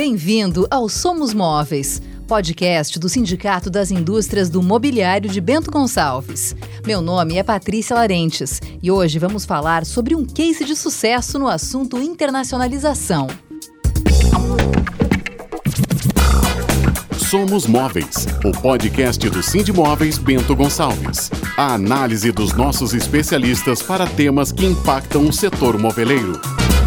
Bem-vindo ao Somos Móveis, podcast do Sindicato das Indústrias do Mobiliário de Bento Gonçalves. Meu nome é Patrícia Larentes e hoje vamos falar sobre um case de sucesso no assunto internacionalização. Somos Móveis, o podcast do Sindimóveis Bento Gonçalves. A análise dos nossos especialistas para temas que impactam o setor moveleiro.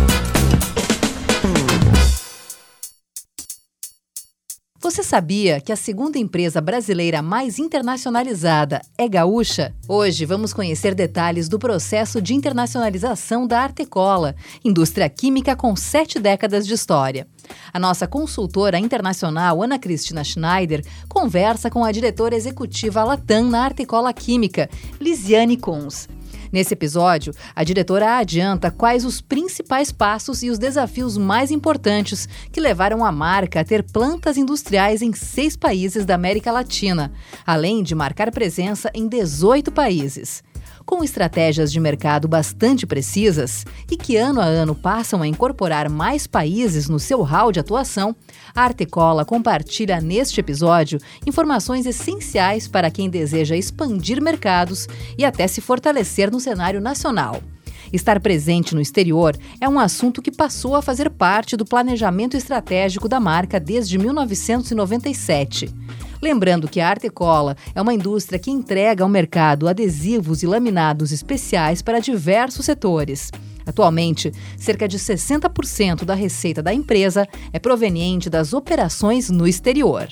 Você sabia que a segunda empresa brasileira mais internacionalizada é gaúcha? Hoje vamos conhecer detalhes do processo de internacionalização da Artecola, indústria química com 7 décadas de história. A nossa consultora internacional, Ana Cristina Schneider, conversa com a diretora executiva Latam na Artecola Química, Lisiane Kunz. Nesse episódio, a diretora adianta quais os principais passos e os desafios mais importantes que levaram a marca a ter plantas industriais em 6 países da América Latina, além de marcar presença em 18 países. Com estratégias de mercado bastante precisas e que ano a ano passam a incorporar mais países no seu hall de atuação, a Artecola compartilha neste episódio informações essenciais para quem deseja expandir mercados e até se fortalecer no cenário nacional. Estar presente no exterior é um assunto que passou a fazer parte do planejamento estratégico da marca desde 1997. Lembrando que a Artecola é uma indústria que entrega ao mercado adesivos e laminados especiais para diversos setores. Atualmente, cerca de 60% da receita da empresa é proveniente das operações no exterior.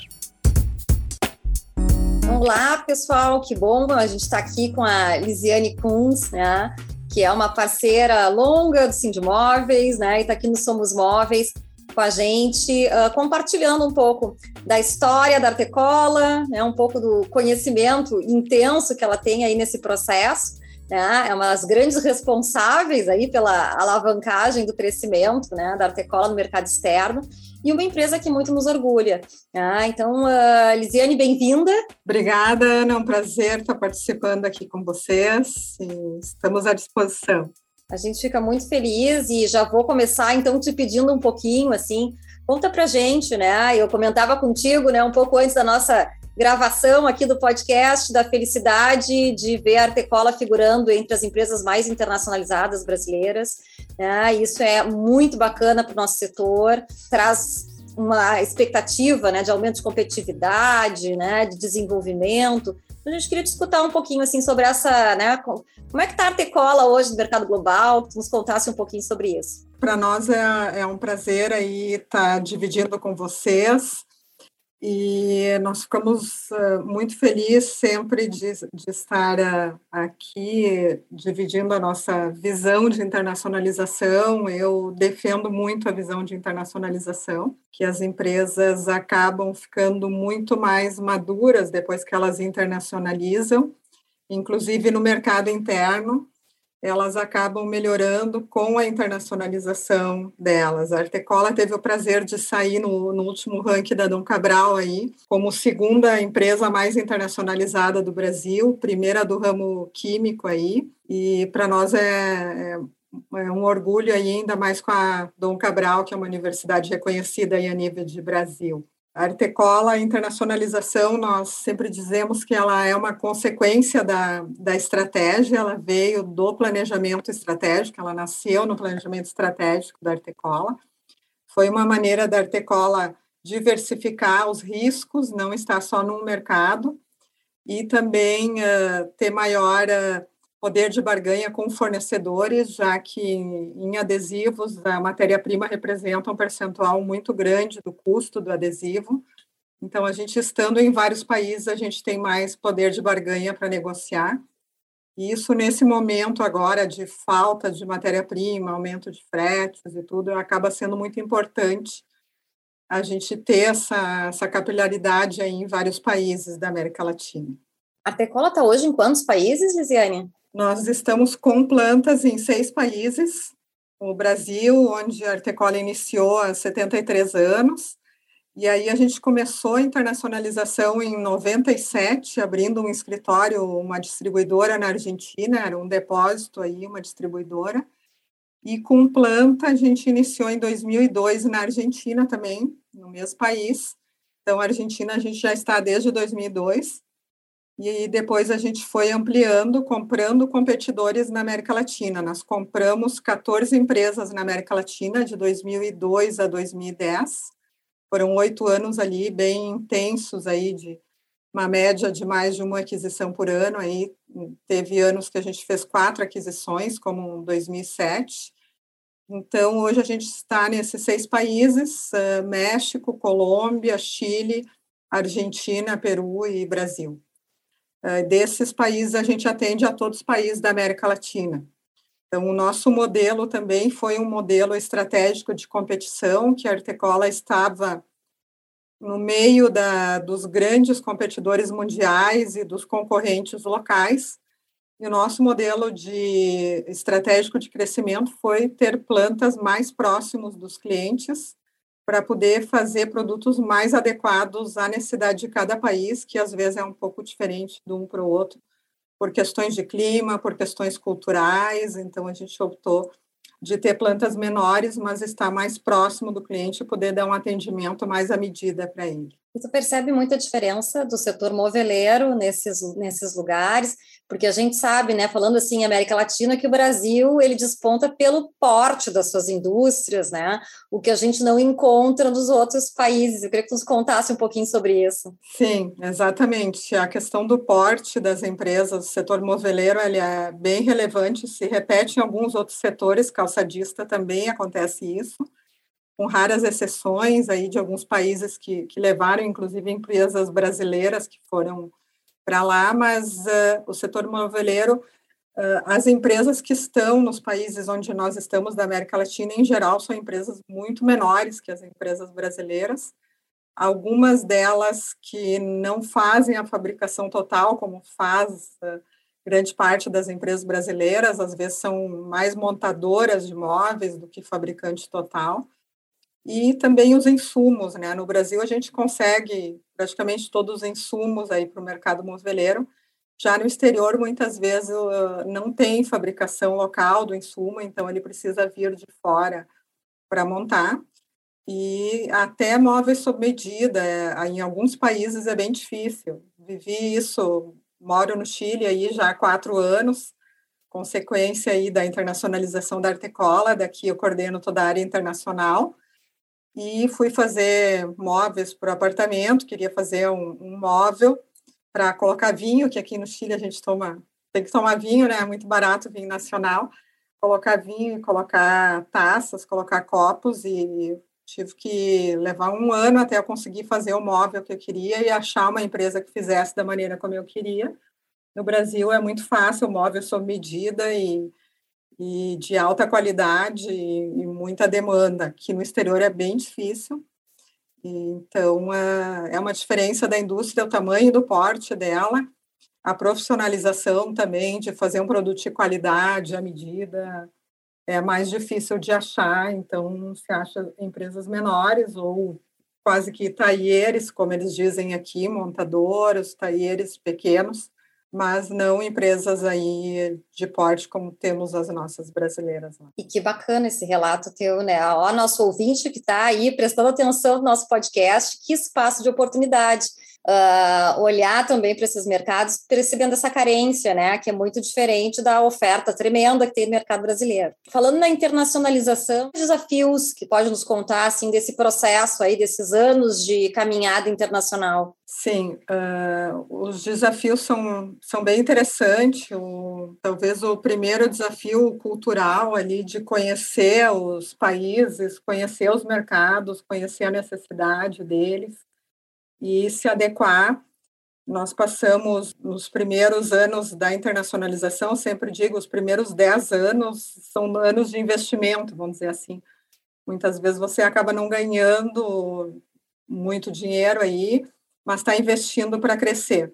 Olá, pessoal, que bom! A gente está aqui com a Lisiane Kunz, né, que é uma parceira longa do Sindimóveis, né, e está aqui no Somos Móveis com a gente, compartilhando um pouco da história da Artecola, né, um pouco do conhecimento intenso que ela tem aí nesse processo, né, é uma das grandes responsáveis aí pela alavancagem do crescimento, né, da Artecola no mercado externo, e uma empresa que muito nos orgulha. Então, Lisiane, bem-vinda. Obrigada, Ana, é um prazer estar participando aqui com vocês e estamos à disposição. A gente fica muito feliz e já vou começar, então, te pedindo um pouquinho, assim, conta pra gente, né? Eu comentava contigo, né, um pouco antes da nossa gravação aqui do podcast, da felicidade de ver a Artecola figurando entre as empresas mais internacionalizadas brasileiras, né? Isso é muito bacana para o nosso setor, traz uma expectativa, né, de aumento de competitividade, né, de desenvolvimento. A gente queria te escutar um pouquinho assim sobre essa, né, como é que está a Artecola hoje no mercado global, que tu nos contasse um pouquinho sobre isso. Para nós é um prazer aí estar dividindo com vocês e nós ficamos muito felizes sempre de estar aqui dividindo a nossa visão de internacionalização. Eu defendo muito a visão de internacionalização, que as empresas acabam ficando muito mais maduras depois que elas internacionalizam, inclusive no mercado interno, elas acabam melhorando com a internacionalização delas. A Artecola teve o prazer de sair no último ranking da Dom Cabral aí, como segunda empresa mais internacionalizada do Brasil, primeira do ramo químico aí, e para nós é um orgulho aí, ainda mais com a Dom Cabral, que é uma universidade reconhecida aí a nível de Brasil. A Artecola, a internacionalização, nós sempre dizemos que ela é uma consequência da estratégia, ela veio do planejamento estratégico, ela nasceu no planejamento estratégico da Artecola. Foi uma maneira da Artecola diversificar os riscos, não estar só num mercado, e também ter maior poder de barganha com fornecedores, já que em adesivos a matéria-prima representa um percentual muito grande do custo do adesivo. Então, a gente estando em vários países, a gente tem mais poder de barganha para negociar. E isso, nesse momento agora de falta de matéria-prima, aumento de fretes e tudo, acaba sendo muito importante a gente ter essa capilaridade aí em vários países da América Latina. A Artecola está hoje em quantos países, Lisiane? Nós estamos com plantas em 6 países. O Brasil, onde a Artecola iniciou há 73 anos. E aí a gente começou a internacionalização em 97, abrindo um escritório, uma distribuidora na Argentina, era um depósito aí, uma distribuidora. E com planta, a gente iniciou em 2002 na Argentina também, no mesmo país. Então, a Argentina a gente já está desde 2002. E depois a gente foi ampliando, comprando competidores na América Latina. Nós compramos 14 empresas na América Latina, de 2002 a 2010. Foram 8 anos ali, bem intensos, aí, de uma média de mais de uma aquisição por ano. Aí teve anos que a gente fez 4 aquisições, como em 2007. Então, hoje a gente está nesses 6 países, México, Colômbia, Chile, Argentina, Peru e Brasil. Desses países, a gente atende a todos os países da América Latina. Então, o nosso modelo também foi um modelo estratégico de competição, que a Artecola estava no meio dos grandes competidores mundiais e dos concorrentes locais. E o nosso modelo estratégico de crescimento foi ter plantas mais próximos dos clientes, para poder fazer produtos mais adequados à necessidade de cada país, que às vezes é um pouco diferente de um para o outro, por questões de clima, por questões culturais. Então, a gente optou de ter plantas menores, mas estar mais próximo do cliente e poder dar um atendimento mais à medida para ele. Você percebe muita diferença do setor moveleiro nesses lugares, porque a gente sabe, né, falando assim, América Latina, que o Brasil, ele desponta pelo porte das suas indústrias, né, o que a gente não encontra nos outros países. Eu queria que você contasse um pouquinho sobre isso. Sim, exatamente. A questão do porte das empresas, o setor moveleiro, ele é bem relevante, se repete em alguns outros setores, calçadista também acontece isso, com raras exceções aí de alguns países que levaram, inclusive, empresas brasileiras que foram para lá, mas o setor moveleiro, as empresas que estão nos países onde nós estamos da América Latina, em geral, são empresas muito menores que as empresas brasileiras, algumas delas que não fazem a fabricação total, como faz grande parte das empresas brasileiras, às vezes são mais montadoras de móveis do que fabricante total. E também os insumos, né? No Brasil, a gente consegue praticamente todos os insumos aí para o mercado moveleiro. Já no exterior, muitas vezes, não tem fabricação local do insumo, então ele precisa vir de fora para montar. E até móveis sob medida, em alguns países é bem difícil. Vivi isso, moro no Chile aí já há 4 anos, consequência aí da internacionalização da Artecola, daqui eu coordeno toda a área internacional, e fui fazer móveis para o apartamento, queria fazer um móvel para colocar vinho, que aqui no Chile a gente tem que tomar vinho, né? É muito barato vinho nacional. Colocar vinho, colocar taças, colocar copos, e tive que levar 1 ano até eu conseguir fazer o móvel que eu queria e achar uma empresa que fizesse da maneira como eu queria. No Brasil é muito fácil, o móvel sob medida e de alta qualidade e muita demanda. Aqui no exterior é bem difícil. Então, é uma diferença da indústria, o tamanho do porte dela, a profissionalização também de fazer um produto de qualidade à medida é mais difícil de achar, então se acha empresas menores ou quase que taieres, como eles dizem aqui, montadoras, taieres pequenos, mas não empresas aí de porte como temos as nossas brasileiras lá. E que bacana esse relato teu, né? Ó, nosso ouvinte que está aí prestando atenção no nosso podcast, que espaço de oportunidade. Olhar também para esses mercados, percebendo essa carência, né, que é muito diferente da oferta tremenda que tem no mercado brasileiro. Falando na internacionalização, desafios que pode nos contar assim desse processo aí, desses anos de caminhada internacional? Sim, os desafios são bem interessantes. Talvez o primeiro desafio cultural ali de conhecer os países, conhecer os mercados, conhecer a necessidade deles e se adequar. Nós passamos, nos primeiros anos da internacionalização, sempre digo, os primeiros 10 anos são anos de investimento, vamos dizer assim. Muitas vezes você acaba não ganhando muito dinheiro aí, mas está investindo para crescer.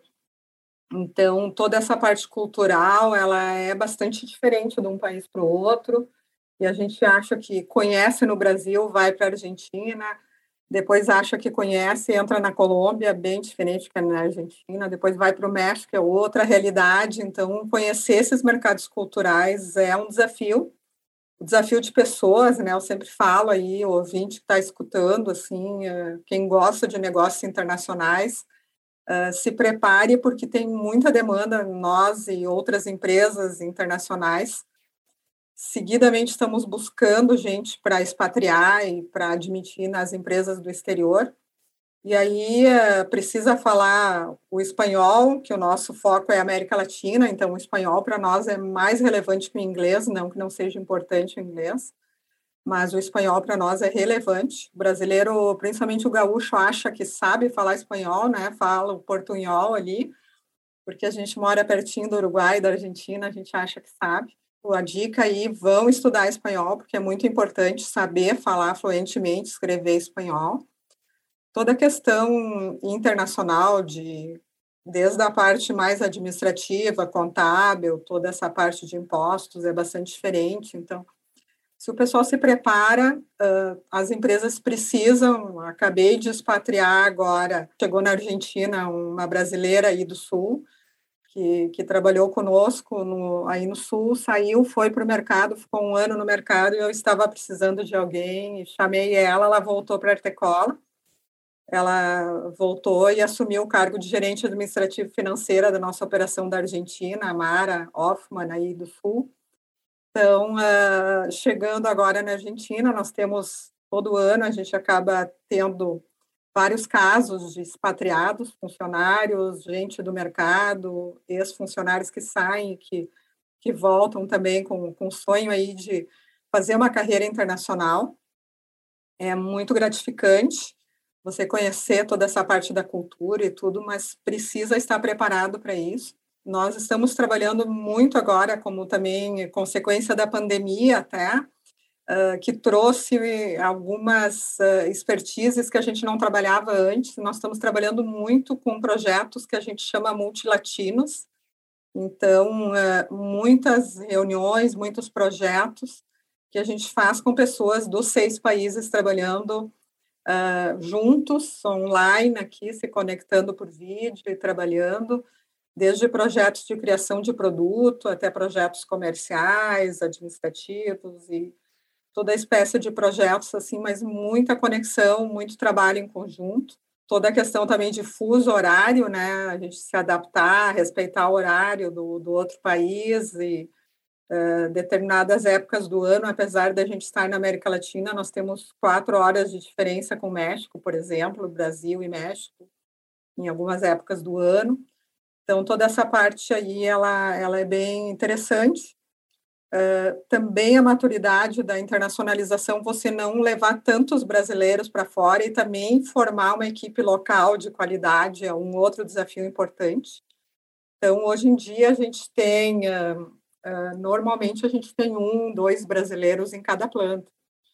Então, toda essa parte cultural, ela é bastante diferente de um país para o outro, e a gente acha que conhece no Brasil, vai para a Argentina, depois acha que conhece, entra na Colômbia, bem diferente que na Argentina, depois vai para o México, é outra realidade. Então, conhecer esses mercados culturais é um desafio, o desafio de pessoas, né? Eu sempre falo aí, o ouvinte que está escutando, assim, quem gosta de negócios internacionais, se prepare, porque tem muita demanda, nós e outras empresas internacionais. Seguidamente estamos buscando gente para expatriar e para admitir nas empresas do exterior. E aí precisa falar o espanhol, que o nosso foco é a América Latina, então o espanhol para nós é mais relevante que o inglês, não que não seja importante o inglês, mas o espanhol para nós é relevante. O brasileiro, principalmente o gaúcho, acha que sabe falar espanhol, né? Fala o portunhol ali, porque a gente mora pertinho do Uruguai e da Argentina, a gente acha que sabe. A dica aí, vão estudar espanhol, porque é muito importante saber falar fluentemente, escrever espanhol. Toda a questão internacional, desde a parte mais administrativa, contábil, toda essa parte de impostos é bastante diferente. Então, se o pessoal se prepara, as empresas precisam. Acabei de expatriar agora, chegou na Argentina uma brasileira aí do Sul, que trabalhou conosco aí no Sul, saiu, foi para o mercado, ficou 1 ano no mercado e eu estava precisando de alguém, e chamei ela voltou para a Artecola, ela voltou e assumiu o cargo de gerente administrativo financeira da nossa operação da Argentina, a Mara Hoffman, aí do Sul. Então, chegando agora na Argentina, nós temos, todo ano, a gente acaba tendo vários casos de expatriados, funcionários, gente do mercado, ex-funcionários que saem, que voltam também com o sonho aí de fazer uma carreira internacional. É muito gratificante você conhecer toda essa parte da cultura e tudo, mas precisa estar preparado para isso. Nós estamos trabalhando muito agora, como também consequência da pandemia até, que trouxe algumas expertises que a gente não trabalhava antes. Nós estamos trabalhando muito com projetos que a gente chama multilatinos. Então, muitas reuniões, muitos projetos que a gente faz com pessoas dos 6 países trabalhando juntos, online aqui, se conectando por vídeo e trabalhando, desde projetos de criação de produto até projetos comerciais, administrativos e toda espécie de projetos, assim, mas muita conexão, muito trabalho em conjunto. Toda a questão também de fuso horário, né? A gente se adaptar, respeitar o horário do outro país e determinadas épocas do ano, apesar da gente estar na América Latina, nós temos 4 horas de diferença com o México, por exemplo, Brasil e México, em algumas épocas do ano. Então, toda essa parte aí, ela é bem interessante. Também a maturidade da internacionalização, você não levar tantos brasileiros para fora e também formar uma equipe local de qualidade é um outro desafio importante. Então, hoje em dia, a gente tem, normalmente, a gente tem 1, 2 brasileiros em cada planta,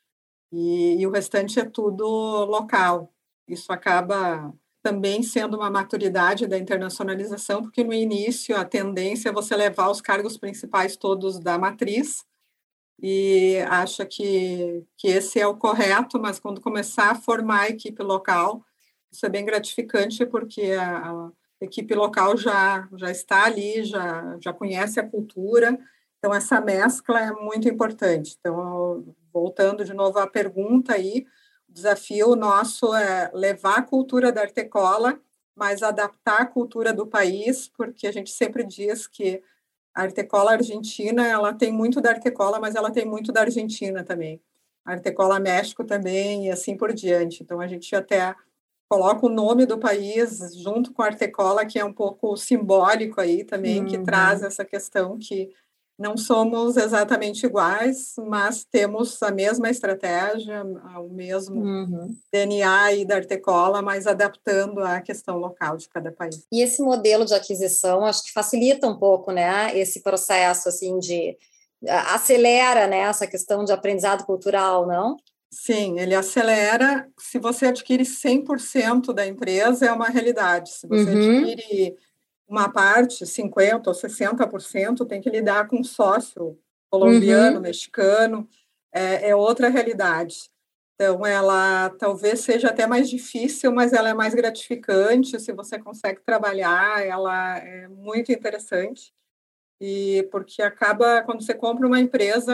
e o restante é tudo local. Isso acaba também sendo uma maturidade da internacionalização, porque no início a tendência é você levar os cargos principais todos da matriz e acha que esse é o correto, mas quando começar a formar a equipe local, isso é bem gratificante, porque a equipe local já está ali, já conhece a cultura, então essa mescla é muito importante. Então, voltando de novo à pergunta aí, o desafio nosso é levar a cultura da Artecola, mas adaptar a cultura do país, porque a gente sempre diz que a Artecola argentina, ela tem muito da Artecola, mas ela tem muito da Argentina também. A Artecola México também, e assim por diante. Então, a gente até coloca o nome do país junto com a Artecola, que é um pouco simbólico aí também, que traz essa questão que não somos exatamente iguais, mas temos a mesma estratégia, o mesmo DNA aí da Artecola, mas adaptando à questão local de cada país. E esse modelo de aquisição, acho que facilita um pouco, né, esse processo, assim, de acelera, né, essa questão de aprendizado cultural, não? Sim, ele acelera. Se você adquire 100% da empresa, é uma realidade. Se você adquire uma parte, 50% ou 60%, tem que lidar com sócio colombiano, mexicano, é outra realidade. Então, ela talvez seja até mais difícil, mas ela é mais gratificante. Se você consegue trabalhar, ela é muito interessante. E porque acaba, quando você compra uma empresa,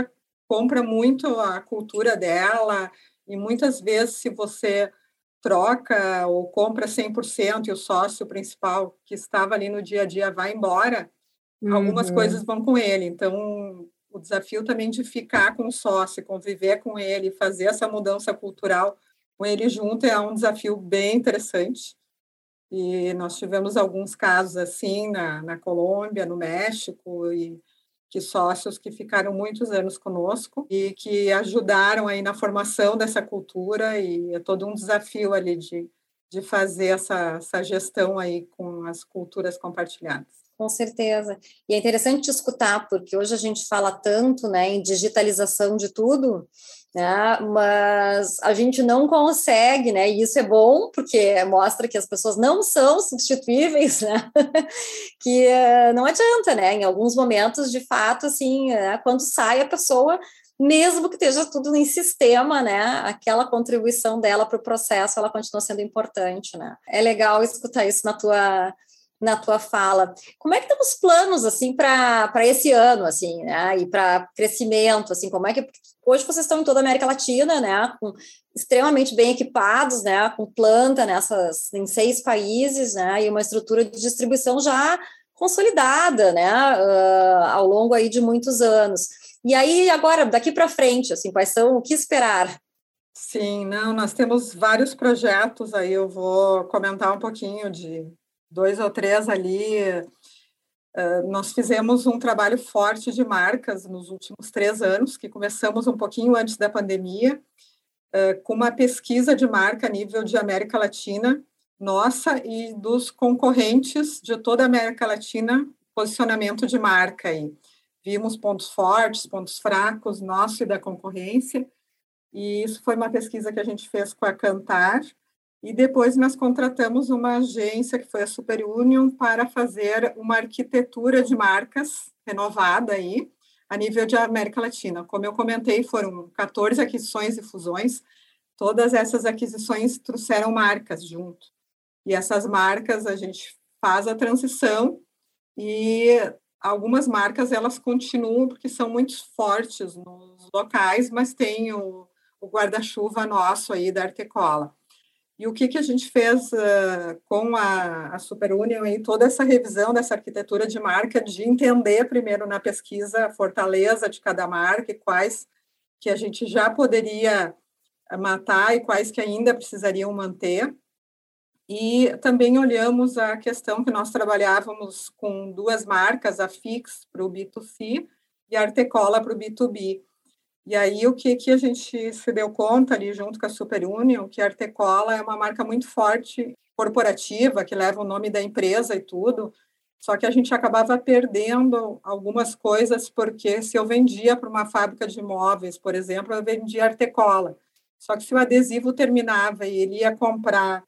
compra muito a cultura dela, e muitas vezes, se você troca ou compra 100% e o sócio principal que estava ali no dia a dia vai embora, algumas coisas vão com ele. Então, o desafio também de ficar com o sócio, conviver com ele, fazer essa mudança cultural com ele junto é um desafio bem interessante. E nós tivemos alguns casos assim na Colômbia, no México, e que sócios que ficaram muitos anos conosco e que ajudaram aí na formação dessa cultura, e é todo um desafio ali de fazer essa gestão aí com as culturas compartilhadas. Com certeza. E é interessante te escutar, porque hoje a gente fala tanto, né, em digitalização de tudo, né, mas a gente não consegue, né, e isso é bom, porque mostra que as pessoas não são substituíveis, né, que não adianta, né, em alguns momentos, de fato, assim, quando sai a pessoa, mesmo que esteja tudo em sistema, né, aquela contribuição dela para o processo, ela continua sendo importante, né. É legal escutar isso na tua fala. Como é que estão os planos, assim, para esse ano, assim, né, e para crescimento, assim, como é que... Hoje vocês estão em toda a América Latina, né, extremamente bem equipados, né, com planta em 6 países, né, e uma estrutura de distribuição já consolidada, né, ao longo aí de muitos anos. E aí, agora, daqui para frente, assim, o que esperar? Sim, não, nós temos vários projetos aí, eu vou comentar um pouquinho de 2 ou 3 ali. Nós fizemos um trabalho forte de marcas nos últimos 3 anos, que começamos um pouquinho antes da pandemia, com uma pesquisa de marca a nível de América Latina, nossa e dos concorrentes de toda a América Latina, posicionamento de marca aí. Vimos pontos fortes, pontos fracos, nosso e da concorrência, e isso foi uma pesquisa que a gente fez com a Kantar, e depois nós contratamos uma agência, que foi a Super Union, para fazer uma arquitetura de marcas renovada aí, a nível de América Latina. Como eu comentei, foram 14 aquisições e fusões. Todas essas aquisições trouxeram marcas junto. E essas marcas, a gente faz a transição, e algumas marcas, elas continuam, porque são muito fortes nos locais, mas tem o guarda-chuva nosso aí da Artecola. E o que a gente fez com a Super Union e toda essa revisão dessa arquitetura de marca, de entender primeiro na pesquisa a fortaleza de cada marca e quais que a gente já poderia matar e quais que ainda precisariam manter. E também olhamos a questão que nós trabalhávamos com 2 marcas, a Fix para o B2C e a Artecola para o B2B. E aí, o que a gente se deu conta ali, junto com a Super Union, que a Artecola é uma marca muito forte, corporativa, que leva o nome da empresa e tudo, só que a gente acabava perdendo algumas coisas, porque se eu vendia para uma fábrica de móveis, por exemplo, eu vendia Artecola. Só que se o adesivo terminava e ele ia comprar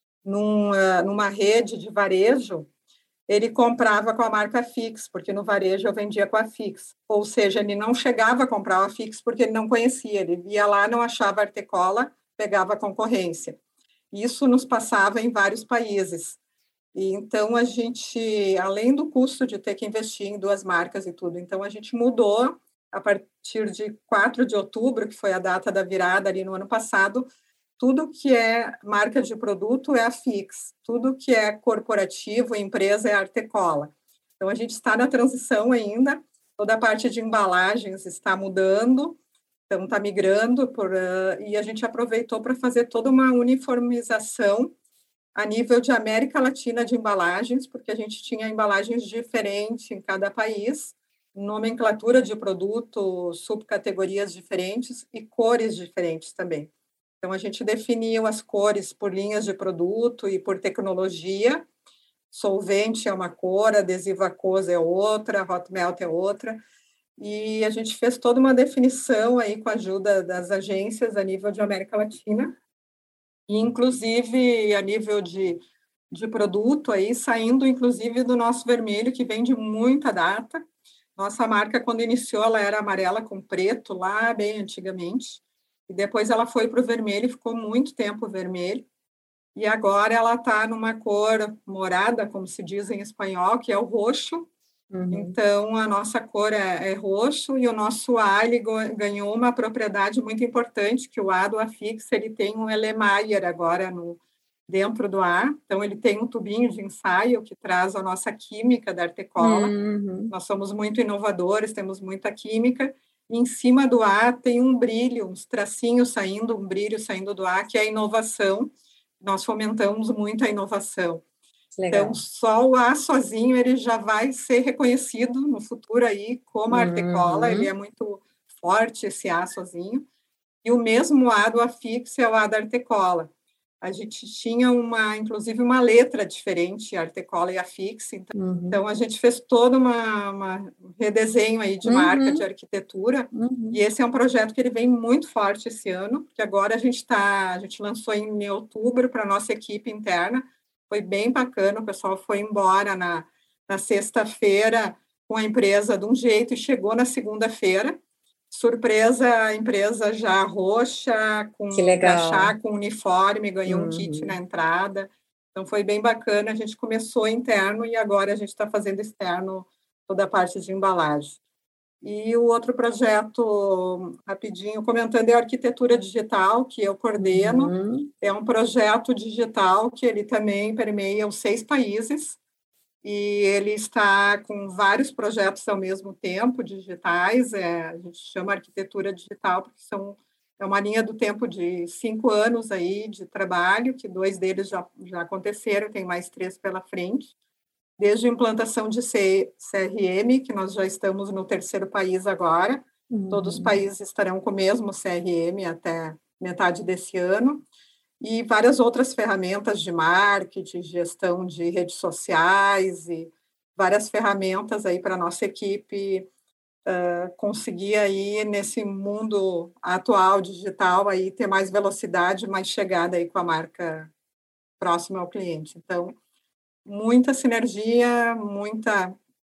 numa rede de varejo, ele comprava com a marca Fix, porque no varejo eu vendia com a Fix. Ou seja, ele não chegava a comprar a Fix porque ele não conhecia. Ele via lá, não achava Artecola, pegava a concorrência. Isso nos passava em vários países. E então, a gente, além do custo de ter que investir em 2 marcas e tudo, então a gente mudou a partir de 4 de outubro, que foi a data da virada ali no ano passado. Tudo que é marca de produto é a Fix, tudo que é corporativo, empresa, é a Artecola. Então, a gente está na transição ainda, toda a parte de embalagens está mudando, então está migrando, e a gente aproveitou para fazer toda uma uniformização a nível de América Latina de embalagens, porque a gente tinha embalagens diferentes em cada país, nomenclatura de produto, subcategorias diferentes e cores diferentes também. Então, a gente definiu as cores por linhas de produto e por tecnologia. Solvente é uma cor, adesivo aquoso é outra, hot melt é outra. E a gente fez toda uma definição aí com a ajuda das agências a nível de América Latina. E, inclusive, a nível de produto, aí, saindo, inclusive, do nosso vermelho, que vem de muita data. Nossa marca, quando iniciou, ela era amarela com preto, lá bem antigamente. E depois ela foi para o vermelho, ficou muito tempo vermelho. E agora ela está numa cor morada, como se diz em espanhol, que é o roxo. Então, a nossa cor é roxo e o nosso A ele ganhou uma propriedade muito importante, que o A do Afix, ele tem um Erlenmeyer agora dentro do A. Então, ele tem um tubinho de ensaio que traz a nossa química da Artecola. Nós somos muito inovadores, temos muita química. E em cima do A tem um brilho, uns tracinhos saindo, um brilho saindo do A, que é a inovação. Nós fomentamos muito a inovação. Legal. Então, só o A sozinho, ele já vai ser reconhecido no futuro aí como a Artecola, ele é muito forte, esse A sozinho. E o mesmo A do Afix é o A da Artecola. A gente tinha inclusive uma letra diferente, Artecola e Afix, então a gente fez todo um redesenho aí de marca, de arquitetura, e esse é um projeto que ele vem muito forte esse ano, porque agora a gente lançou em outubro para a nossa equipe interna. Foi bem bacana, o pessoal foi embora na sexta-feira com a empresa de um jeito e chegou na segunda-feira. Surpresa, a empresa já roxa, com crachá, com uniforme, ganhou um kit na entrada. Então, foi bem bacana. A gente começou interno e agora a gente está fazendo externo toda a parte de embalagem. E o outro projeto, rapidinho, comentando, é a arquitetura digital, que eu coordeno. É um projeto digital que ele também permeia os 6 países, e ele está com vários projetos ao mesmo tempo, digitais. A gente chama arquitetura digital, porque é uma linha do tempo de 5 anos aí de trabalho, que 2 deles já aconteceram, tem mais 3 pela frente. Desde a implantação de CRM, que nós já estamos no 3º país agora, todos os países estarão com o mesmo CRM até metade desse ano, e várias outras ferramentas de marketing, gestão de redes sociais, e várias ferramentas aí para a nossa equipe conseguir aí, nesse mundo atual, digital, aí ter mais velocidade, mais chegada aí com a marca próxima ao cliente. Então, muita sinergia, muita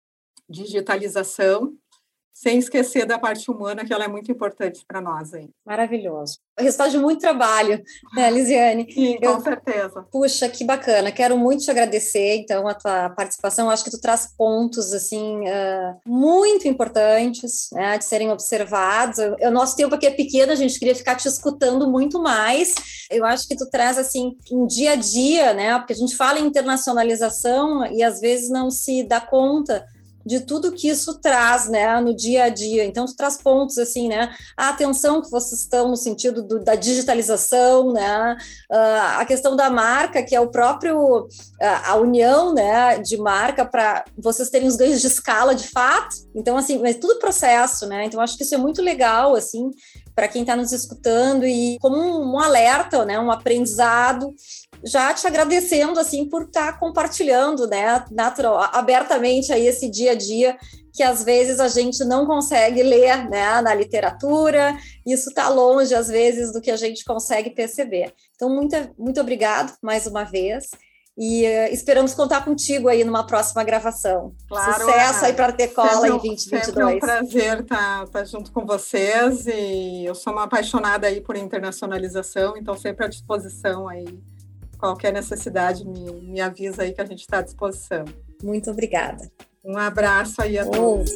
digitalização, sem esquecer da parte humana, que ela é muito importante para nós aí. Maravilhoso. O resultado de muito trabalho, né, Lisiane? Sim, com certeza. Puxa, que bacana. Quero muito te agradecer, então, a tua participação. Acho que tu traz pontos, assim, muito importantes, né, de serem observados. O nosso tempo aqui é pequeno, a gente queria ficar te escutando muito mais. Eu acho que tu traz, assim, um dia a dia, né, porque a gente fala em internacionalização e, às vezes, não se dá conta de tudo que isso traz, né, no dia a dia. Então, tu traz pontos, assim, né, a atenção que vocês estão no sentido da digitalização, né, a questão da marca, que é o próprio, a união, né, de marca para vocês terem os ganhos de escala, de fato. Então, assim, mas tudo processo, né, então acho que isso é muito legal, assim, para quem está nos escutando e como um alerta, né, um aprendizado, já te agradecendo, assim, por estar compartilhando, né, abertamente aí esse dia a dia, que às vezes a gente não consegue ler, né, na literatura, isso está longe, às vezes, do que a gente consegue perceber. Então, muito obrigado mais uma vez, e esperamos contar contigo aí numa próxima gravação. Claro, sucesso aí para a Artecola em 2022. Sempre é um prazer estar junto com vocês, e eu sou uma apaixonada aí por internacionalização, então sempre à disposição aí. Qualquer necessidade, me avisa aí que a gente está à disposição. Muito obrigada. Um abraço aí a todos.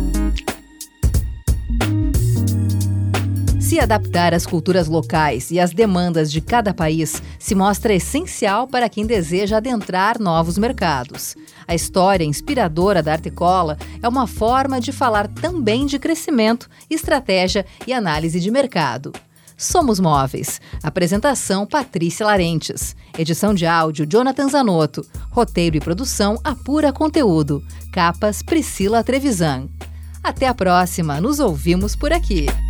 Se adaptar às culturas locais e às demandas de cada país se mostra essencial para quem deseja adentrar novos mercados. A história inspiradora da Artecola é uma forma de falar também de crescimento, estratégia e análise de mercado. Somos Móveis. Apresentação Patrícia Larentes. Edição de áudio Jonathan Zanotto. Roteiro e produção Apura Conteúdo. Capas Priscila Trevisan. Até a próxima. Nos ouvimos por aqui.